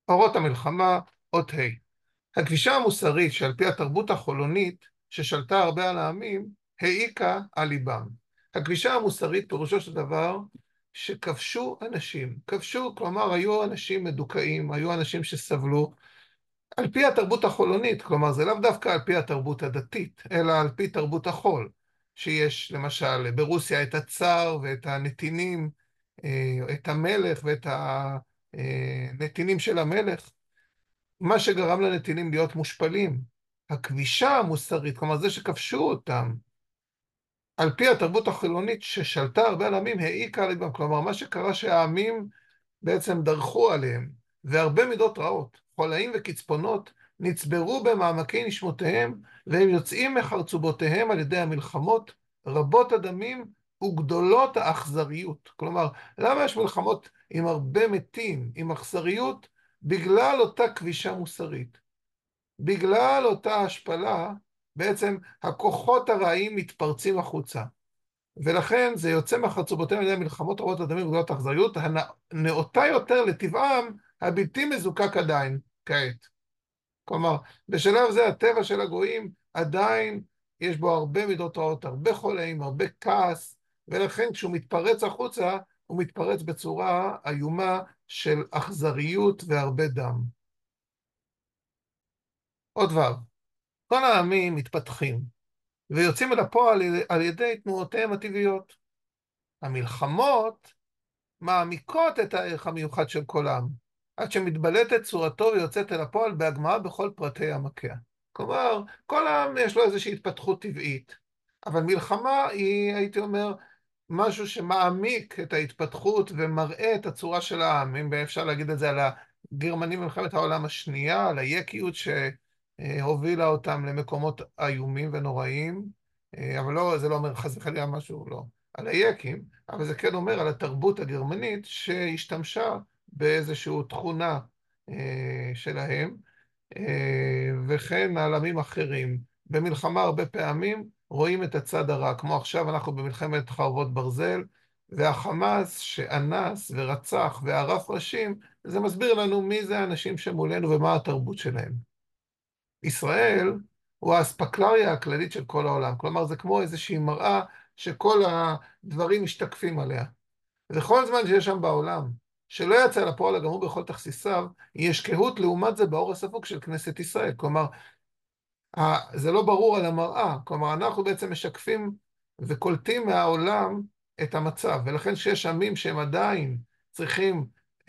אורות המלחמה, אות ה'. הכבישה המוסרית שעל פי התרבות החולונית ששלטה הרבה על העמים, העיקה על ליבם. הכבישה המוסרית פירושו של דבר שכבשו אנשים. כבשו, כלומר היו אנשים מדוכאים, היו אנשים שסבלו, על פי התרבות החולונית, כלומר זה לאו דווקא על פי התרבות הדתית, אלא על פי תרבות החול, שיש למשל ברוסיה את הצאר ואת הנתינים, את המלך ואת הנתינים של המלך, מה שגרם לנתינים להיות מושפלים. הכבישה המוסרית, כלומר זה שכבשו אותם, על פי התרבות החילונית ששלטה הרבה על עמים, העיקה על ליבם, כלומר מה שקרה שהעמים בעצם דרכו עליהם, והרבה מידות רעות, חולאים וקצפונות, נצברו במעמקי נשמותיהם, והם יוצאים מחרצובותיהם על ידי המלחמות, רבות הדמים וגדולות האכזריות. כלומר, למה יש מלחמות עם הרבה מתים, עם אכזריות? בגלל אותה כבישה מוסרית. בגלל אותה השפלה, בעצם הכוחות הרעים מתפרצים החוצה. ולכן זה יוצא מחרצובותיהם על ידי מלחמות רבות הדמים וגדולות האכזריות, הנאותה יותר לטבעם הבלתי מזוקק עדיין, כעת. כלומר, בשלב זה הטבע של הגויים עדיין יש בו הרבה מידות רעות, הרבה חולאים, הרבה כעס, ולכן כשהוא מתפרץ החוצה, הוא מתפרץ בצורה איומה של אכזריות והרבה דם. עוד דבר, כל העמים מתפתחים, ויוצאים אל הפועל על ידי תנועותיהם הטבעיות. המלחמות מעמיקות את הערך המיוחד של כל עם, עד שמתבלטת צורתו ויוצאת אל הפועל בהגמרא בכל פרטי המכה. כלומר, כל עם יש לו איזושהי התפתחות טבעית, אבל מלחמה היא, הייתי אומר, משהו שמעמיק את ההתפתחות ומראה את הצורה של העם. אם אפשר להגיד את זה על הגרמנים במלחמת העולם השנייה, על היקיות שהובילה אותם למקומות איומים ונוראים, אבל לא, זה לא אומר חס וחלילה משהו, לא, על היקים, אבל זה כן אומר על התרבות הגרמנית שהשתמשה באיזושהי תכונה שלהם, וכן על עמים אחרים. במלחמה הרבה פעמים רואים את הצד הרע, כמו עכשיו אנחנו במלחמת חרבות ברזל, והחמאס שאנס ורצח וערף ראשים, זה מסביר לנו מי זה האנשים שמולנו ומה התרבות שלהם. ישראל הוא האספקלריה הכללית של כל העולם, כלומר זה כמו איזושהי מראה שכל הדברים משתקפים עליה. וכל זמן שיש שם בעולם, שלא יצא לפועל הגמור בכל תכסיסיו, יש קהות לעומת זה באור הספוג של כנסת ישראל. כלומר, זה לא ברור על המראה, כלומר אנחנו בעצם משקפים וקולטים מהעולם את המצב, ולכן שיש עמים שהם עדיין צריכים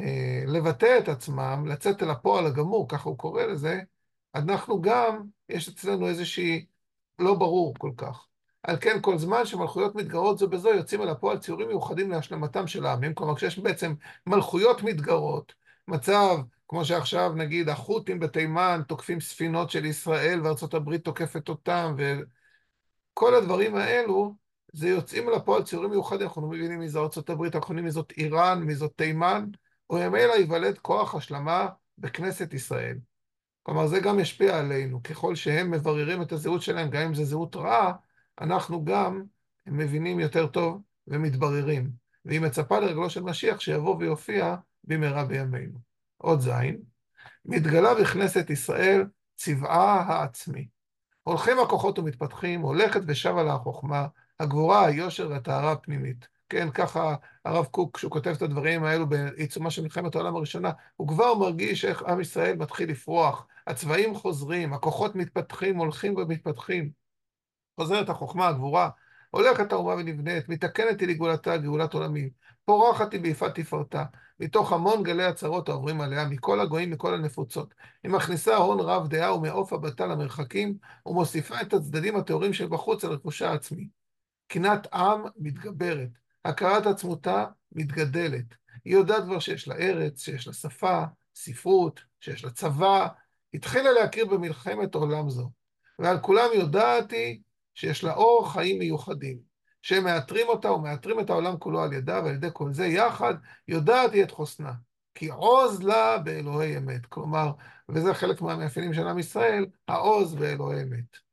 לבטא את עצמם, לצאת אל הפועל הגמור, ככה הוא קורא לזה, אנחנו גם, יש אצלנו איזושהי לא ברור כל כך. על כן כל זמן שמלכויות מתגרות זו בזו יוצאים אל הפועל ציורים מיוחדים להשלמתם של העמים, כלומר כשיש בעצם מלכויות מתגרות, מצב כמו שעכשיו נגיד החות'ים בתימן תוקפים ספינות של ישראל וארצות הברית תוקפת אותם, וכל הדברים האלו זה יוצאים לפועל ציורים מיוחדים. אנחנו לא מבינים מי זו ארצות הברית, אנחנו מבינים מי זאת איראן, מי זאת תימן, וממילא ייוולד כוח השלמה בכנסת ישראל. כלומר זה גם ישפיע עלינו, ככל שהם מבררים את הזהות שלהם, גם אם זו זהות רעה, אנחנו גם מבינים יותר טוב ומתבררים, והיא מצפה לרגלו של משיח שיבוא ויופיע במהרה בימינו. עוד זין, מתגלה בכנסת ישראל צבעה העצמי. הולכים הכוחות ומתפתחים, הולכת ושבה לה החוכמה, הגבורה, היושר והטהרה הפנימית. כן, ככה הרב קוק, כשהוא כותב את הדברים האלו בעיצומה של מלחמת העולם הראשונה, הוא כבר מרגיש איך עם ישראל מתחיל לפרוח, הצבעים חוזרים, הכוחות מתפתחים, הולכים ומתפתחים. חוזרת החוכמה, הגבורה, הולכת האומה ונבנית, מתקנת היא לגאולתה, גאולת עולמים, פורחת היא ביפת תפארתה, מתוך המון גלי הצרות העוברים עליה, מכל הגויים, מכל הנפוצות. היא מכניסה הון רב דעה ומעוף הבתה למרחקים, ומוסיפה את הצדדים הטהורים שבחוץ על רכושה העצמי. קנאת עם מתגברת, הכרת עצמותה מתגדלת. היא יודעת כבר שיש לה ארץ, שיש לה שפה, ספרות, שיש לה צבא, התחילה להכיר במלחמת עולם זו. ועל כולם יודעת היא שיש לה אור חיים מיוחדים, שהם מאתרים אותה ומאתרים את העולם כולו על ידה, ועל ידי כל זה יחד יודעת היא את חוסנה. כי עוז לה באלוהי אמת. כלומר, וזה חלק מהמאפיינים של עם ישראל, העוז באלוהי אמת.